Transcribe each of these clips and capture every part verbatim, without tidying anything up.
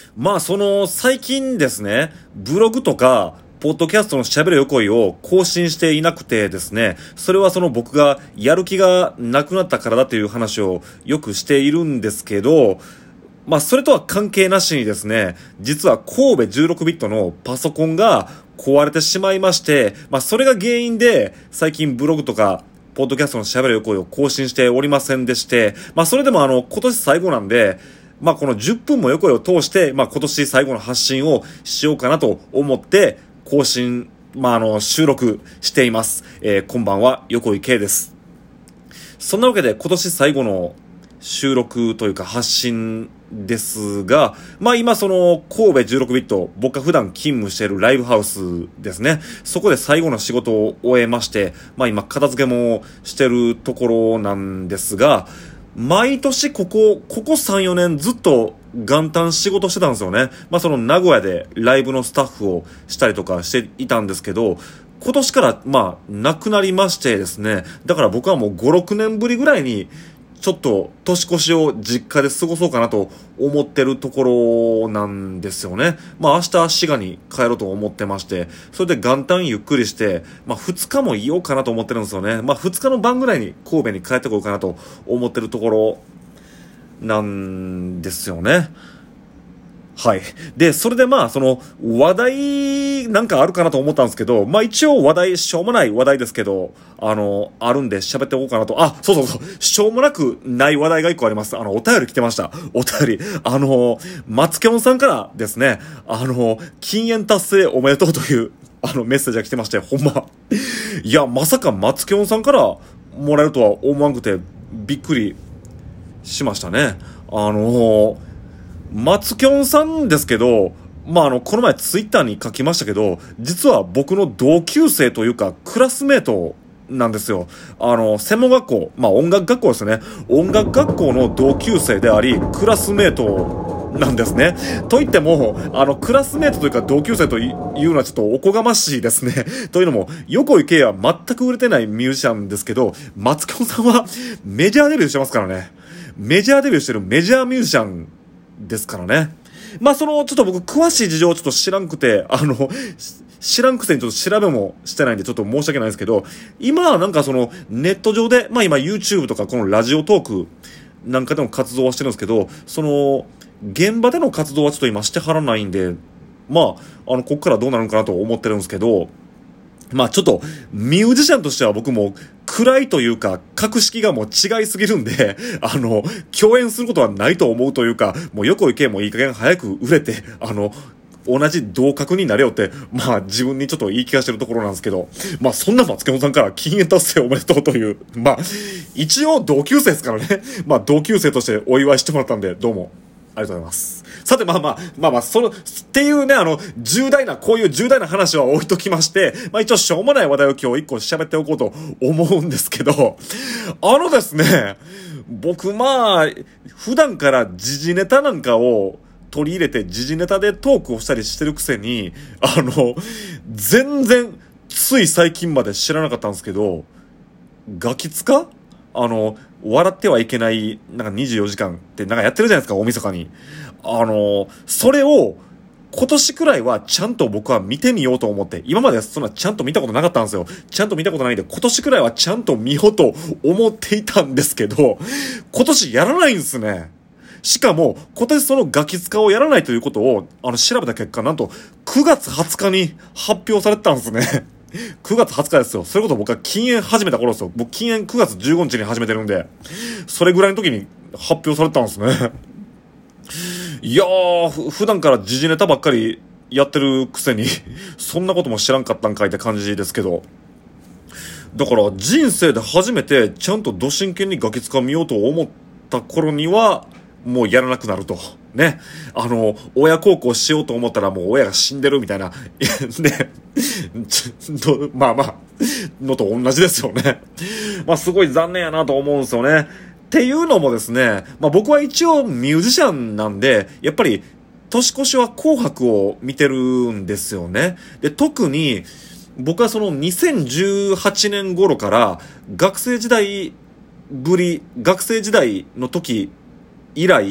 まあその最近ですね、ブログとかポッドキャストの喋る横井を更新していなくてですね、それはその僕がやる気がなくなったからだという話をよくしているんですけど、まあそれとは関係なしにですね、実は神戸じゅうろくビットのパソコンが壊れてしまいまして、まあそれが原因で最近ブログとかポッドキャストの喋る横井を更新しておりませんでして、まあそれでもあの今年最後なんで、まあこのじゅっぷんも横井を通して、まあ今年最後の発信をしようかなと思って更新、まああの収録しています。えー、こんばんは、横井圭です。そんなわけで今年最後の収録というか発信ですが、まあ今その神戸じゅうろくビット、僕が普段勤務しているライブハウスですね。そこで最後の仕事を終えまして、まあ今片付けもしてるところなんですが、毎年ここ、ここさん、よねんずっと元旦仕事してたんですよね。まあその名古屋でライブのスタッフをしたりとかしていたんですけど、今年からまあなくなりましてですね、だから僕はもうご、ろくねんぶりぐらいにちょっと年越しを実家で過ごそうかなと思ってるところなんですよね。まあ明日滋賀に帰ろうと思ってまして、それで元旦ゆっくりして、まあふつかもいようかなと思ってるんですよね。まあふつかの晩ぐらいに神戸に帰ってこようかなと思ってるところなんですよね。はい。で、それでまあ、その、話題なんかあるかなと思ったんですけど、まあ一応話題、しょうもない話題ですけど、あの、あるんで喋っておこうかなと。あ、そうそうそう、しょうもなくない話題が一個あります。あの、お便り来てました。お便り。あの、松京さんからですね、あの、禁煙達成おめでとうという、あの、メッセージが来てまして、ほんま。いや、まさか松京さんからもらえるとは思わんくて、びっくりしましたね。あの、松きょんさんですけど、まあ、あの、この前ツイッターに書きましたけど、実は僕の同級生というか、クラスメートなんですよ。あの、専門学校、まあ、音楽学校ですね。音楽学校の同級生であり、クラスメートなんですね。といっても、あの、クラスメートというか同級生というのはちょっとおこがましいですね。というのも、横井圭は全く売れてないミュージシャンですけど、松きょんさんはメジャーデビューしてますからね。メジャーデビューしてるメジャーミュージシャンですからね。まあそのちょっと僕詳しい事情をちょっと知らんくて、あの知らんくせにちょっと調べもしてないんでちょっと申し訳ないんですけど、今はなんかそのネット上で、まあ今 YouTube とかこのラジオトークなんかでも活動はしてるんですけど、その現場での活動はちょっと今してはらないんで、まああのこっからどうなるのかなと思ってるんですけど、まあちょっとミュージシャンとしては僕も暗いというか格式がもう違いすぎるんで、あの共演することはないと思うというか、もう横井圭もいい加減早く売れて、あの同じ同格になれよって、まあ自分にちょっと言い聞かせてるところなんですけど、まあそんな松本さんから禁煙達成おめでとうという、まあ一応同級生ですからね。まあ同級生としてお祝いしてもらったんで、どうもありがとうございます。さて、まあまあ、まあまあ、その、っていうね、あの、重大な、こういう重大な話は置いときまして、まあ一応しょうもない話題を今日一個喋っておこうと思うんですけど、あのですね、僕まあ、普段から時事ネタなんかを取り入れて時事ネタでトークをしたりしてるくせに、あの、全然、つい最近まで知らなかったんですけど、ガキツカ？あの、笑ってはいけない、なんかにじゅうよじかんってなんかやってるじゃないですか、大晦日に。あの、それを、今年くらいはちゃんと僕は見てみようと思って、今までそんなちゃんと見たことなかったんですよ。ちゃんと見たことないんで、今年くらいはちゃんと見ようと思っていたんですけど、今年やらないんですね。しかも、今年そのガキ使をやらないということを、あの、調べた結果、なんと、くがつはつかに発表されてたんですね。くがつはつかですよ。それこそ僕は禁煙始めた頃ですよ。僕禁煙くがつじゅうごにちに始めてるんで、それぐらいの時に発表されてたんですね。いやー、普段から時事ネタばっかりやってるくせに、そんなことも知らんかったんかいって感じですけど。だから人生で初めてちゃんとド真剣にガキ使見ようと思った頃には、もうやらなくなると。ね。あの、親孝行しようと思ったらもう親が死んでるみたいな。ね。まあまあ、のと同じですよね。まあすごい残念やなと思うんですよね。っていうのもですね、まあ僕は一応ミュージシャンなんで、やっぱり年越しは紅白を見てるんですよね。で、特に僕はそのにせんじゅうはちねん頃から学生時代ぶり、学生時代の時以来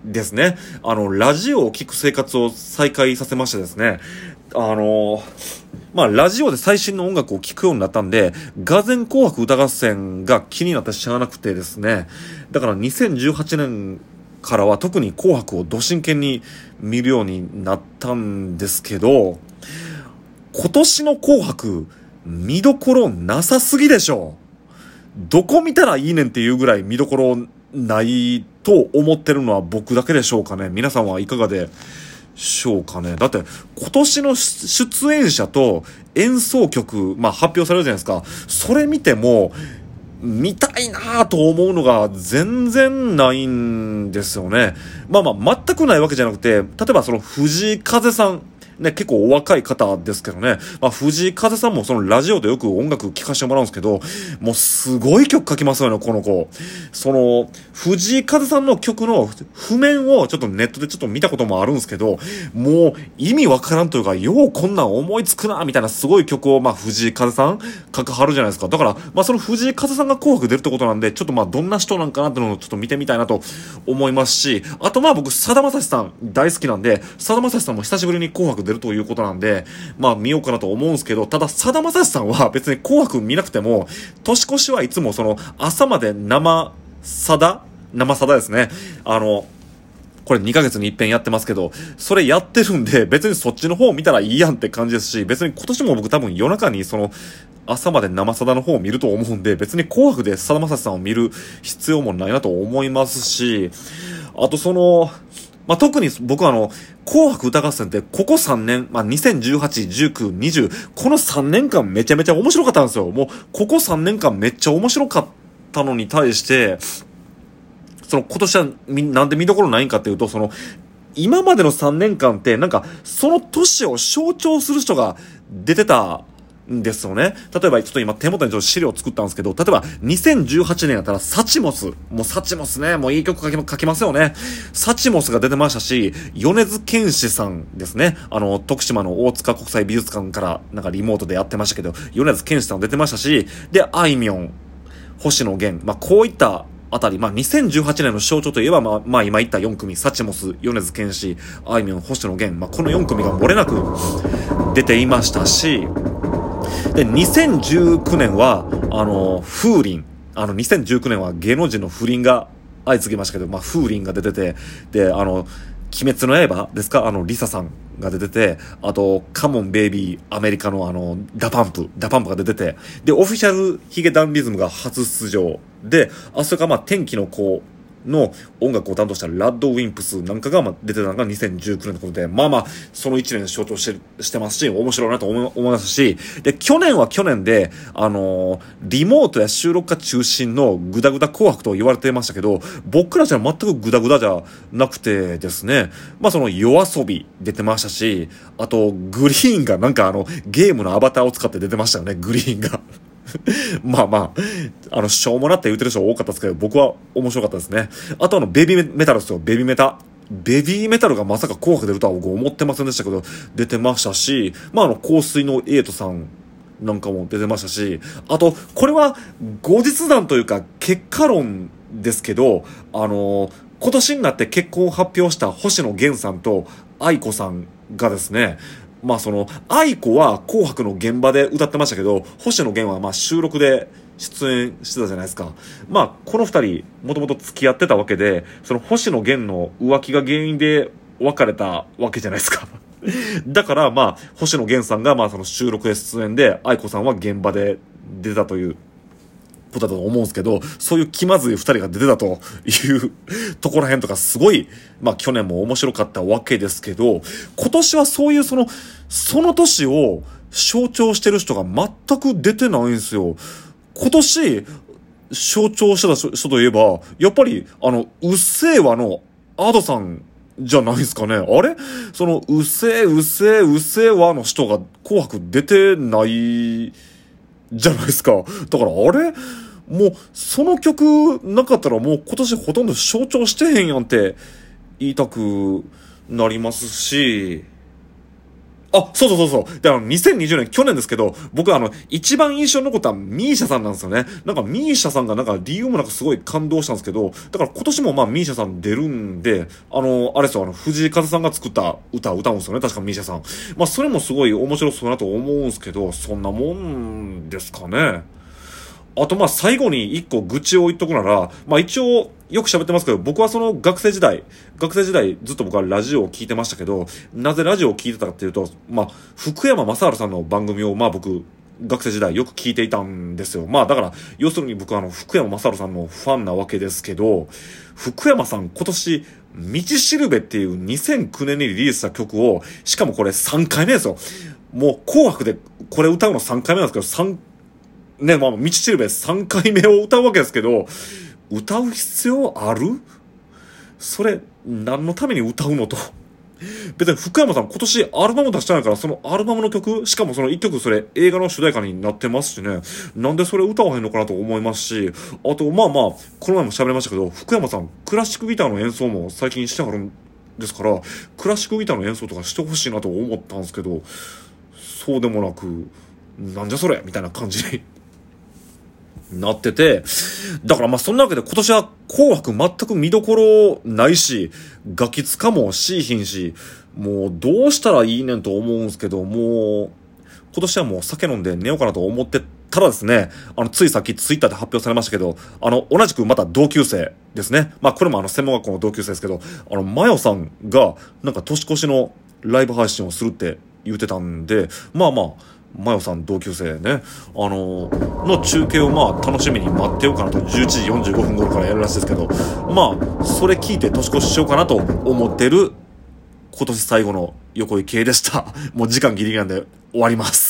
ですね。あの、ラジオを聞く生活を再開させましてですね。あの、まあ、ラジオで最新の音楽を聴くようになったんで、がぜん紅白歌合戦が気になってしゃあなくてですね。だからにせんじゅうはちねんからは特に紅白をど真剣に見るようになったんですけど、今年の紅白、見どころなさすぎでしょ。どこ見たらいいねんっていうぐらい見どころないと思ってるのは僕だけでしょうかね。皆さんはいかがでしょうかね。だって今年の出演者と演奏曲、まあ発表されるじゃないですか。それ見ても見たいなぁと思うのが全然ないんですよね。まあまあ全くないわけじゃなくて、例えばその藤井風さんね、結構お若い方ですけどね。まあ、藤井風さんもそのラジオでよく音楽聴かせてもらうんですけど、もうすごい曲書きますよね、この子。その、藤井風さんの曲の譜面をちょっとネットでちょっと見たこともあるんですけど、もう意味わからんというか、ようこんなん思いつくな、みたいなすごい曲を、まあ、藤井風さん書かはるじゃないですか。だから、まあ、その藤井風さんが紅白出るってことなんで、ちょっとまあ、どんな人なんかなっていうのをちょっと見てみたいなと思いますし、あとまあ僕、さだまさしさん大好きなんで、さだまさしさんも久しぶりに紅白出るということなんで、まあ見ようかなと思うんですけど、たださだまさしさんは別に紅白見なくても、年越しはいつもその朝まで生さだ生さだですね。あの、これにかげつに一遍やってますけど、それやってるんで、別にそっちの方を見たらいいやんって感じですし、別に今年も僕多分夜中にその、朝まで生さだの方を見ると思うんで、別に紅白でさだまさしさんを見る必要もないなと思いますし、あとその、まあ、特に僕はあの、紅白歌合戦ってここさんねん、まあ、にせんじゅうはち、じゅうきゅう、にじゅう、このさんねんかんめちゃめちゃ面白かったんですよ。もう、ここさんねんかんめっちゃ面白かったのに対して、その今年はみなんで見どころないんかっていうと、その、今までのさんねんかんってなんか、その年を象徴する人が出てた、んですよね。例えば、ちょっと今手元にちょっと資料を作ったんですけど、例えば、にせんじゅうはちねんやったら、サチモス。もうサチモスね。もういい曲書き、書きますよね。サチモスが出てましたし、米津玄師さんですね。あの、徳島の大塚国際美術館から、なんかリモートでやってましたけど、米津玄師さん出てましたし、で、あいみょん、星野源。まあ、こういった、あたり、まあ、にせんじゅうはちねんの象徴といえば、まあ、まあ、今言ったよんくみ、サチモス、米津玄師、あいみょん、星野源、まあ、このよんくみが漏れなく出ていましたし、で、にせんじゅうきゅうねんは、あの、風鈴。あの、にせんじゅうきゅうねんは芸能人の不倫が相次ぎましたけど、まあ、風鈴が出てて、で、あの、鬼滅の刃ですかあの、リサさんが出てて、あと、カモンベイビー、アメリカのあの、ダパンプ、ダパンプが出てて、で、オフィシャルヒゲダンディズムが初出場。で、あそれからまあ、天気の子の音楽を担当したラッドウィンプスなんかがまあ出てたのがにせんじゅうきゅうねんのことで、まあまあ、そのいちねん象徴して、してますし、面白いなと思い、思いますし、で、去年は去年で、あのー、リモートや収録が中心のグダグダ紅白と言われてましたけど、僕らじゃ全くグダグダじゃなくてですね、まあその夜遊び出てましたし、あと、グリーンがなんかあの、ゲームのアバターを使って出てましたよね、グリーンが。まあまあ、あの、しょうもなって言ってる人多かったですけど、僕は面白かったですね。あとあの、ベビーメタルですよ、ベビーメタ。ベビーメタルがまさか紅白出るとは僕思ってませんでしたけど、出てましたし、まああの、香水のエイトさんなんかも出てましたし、あと、これは後日談というか、結果論ですけど、あの、今年になって結婚を発表した星野源さんと愛子さんがですね、まあその、愛子は紅白の現場で歌ってましたけど、星野源はまあ収録で出演してたじゃないですか。まあこの二人、もともと付き合ってたわけで、その星野源の浮気が原因で別れたわけじゃないですか。だからまあ、星野源さんがまあその収録で出演で、愛子さんは現場で出たということだと思うんですけど、そういう気まずい二人が出てたというところらへんとかすごい、まあ去年も面白かったわけですけど、今年はそういうその、その年を象徴してる人が全く出てないんですよ。今年、象徴してた人といえば、やっぱり、あの、うっせぇわのアドさんじゃないですかね。あれその、うっせぇ、うっせぇ、うっせぇわの人が紅白出てないじゃないですか。だから、あれもう、その曲なかったらもう今年ほとんど象徴してへんやんって言いたくなりますし、 あ、そうそうそうそう。で、あの、にせんにじゅうねん、去年ですけど、僕あの、一番印象に残ったミーシャさんなんですよね。なんかミーシャさんがなんか理由もなくすごい感動したんですけど、だから今年もまあミーシャさん出るんで、あの、あれですよ、あの、藤井風さんが作った歌を歌うんですよね、確かミーシャさん。まあ、それもすごい面白そうだなと思うんですけど、そんなもんですかね。あとまあ最後に一個愚痴を言っとくなら、まあ一応よく喋ってますけど、僕はその学生時代、学生時代ずっと僕はラジオを聞いてましたけど、なぜラジオを聞いてたかっていうと、まあ福山雅治さんの番組をまあ僕、学生時代よく聞いていたんですよ。まあだから、要するに僕はあの福山雅治さんのファンなわけですけど、福山さん今年、道しるべっていうにせんきゅうねんにリリースした曲を、しかもこれさんかいめですよ。もう紅白でこれ歌うのさんかいめなんですけど、さんね、まあ、道しるべさんかいめを歌うわけですけど、歌う必要ある？それ、何のために歌うのと。別に福山さん今年アルバム出したんやから、そのアルバムの曲、しかもその一曲それ映画の主題歌になってますしね、なんでそれ歌わへんのかなと思いますし、あと、まあまあ、この前も喋りましたけど、福山さん、クラシックギターの演奏も最近してはるんですから、クラシックギターの演奏とかしてほしいなと思ったんですけど、そうでもなく、なんじゃそれみたいな感じになってて、だからまあそんなわけで今年は紅白全く見どころないし、ガキつかもしいひんし、もうどうしたらいいねんと思うんすけど、もう今年はもう酒飲んで寝ようかなと思ってたらですね、あのついさっきツイッターで発表されましたけど、あの同じくまた同級生ですね、まあこれもあの専門学校の同級生ですけど、あのマヨさんがなんか年越しのライブ配信をするって言ってたんで、まあまあマヨさん同級生ね、あのー、の中継をまあ楽しみに待ってようかなと、じゅういちじよんじゅうごふん頃からやるらしいですけど、まあそれ聞いて年越ししようかなと思ってる今年最後の横井系でした。もう時間ギリギリなんで終わります。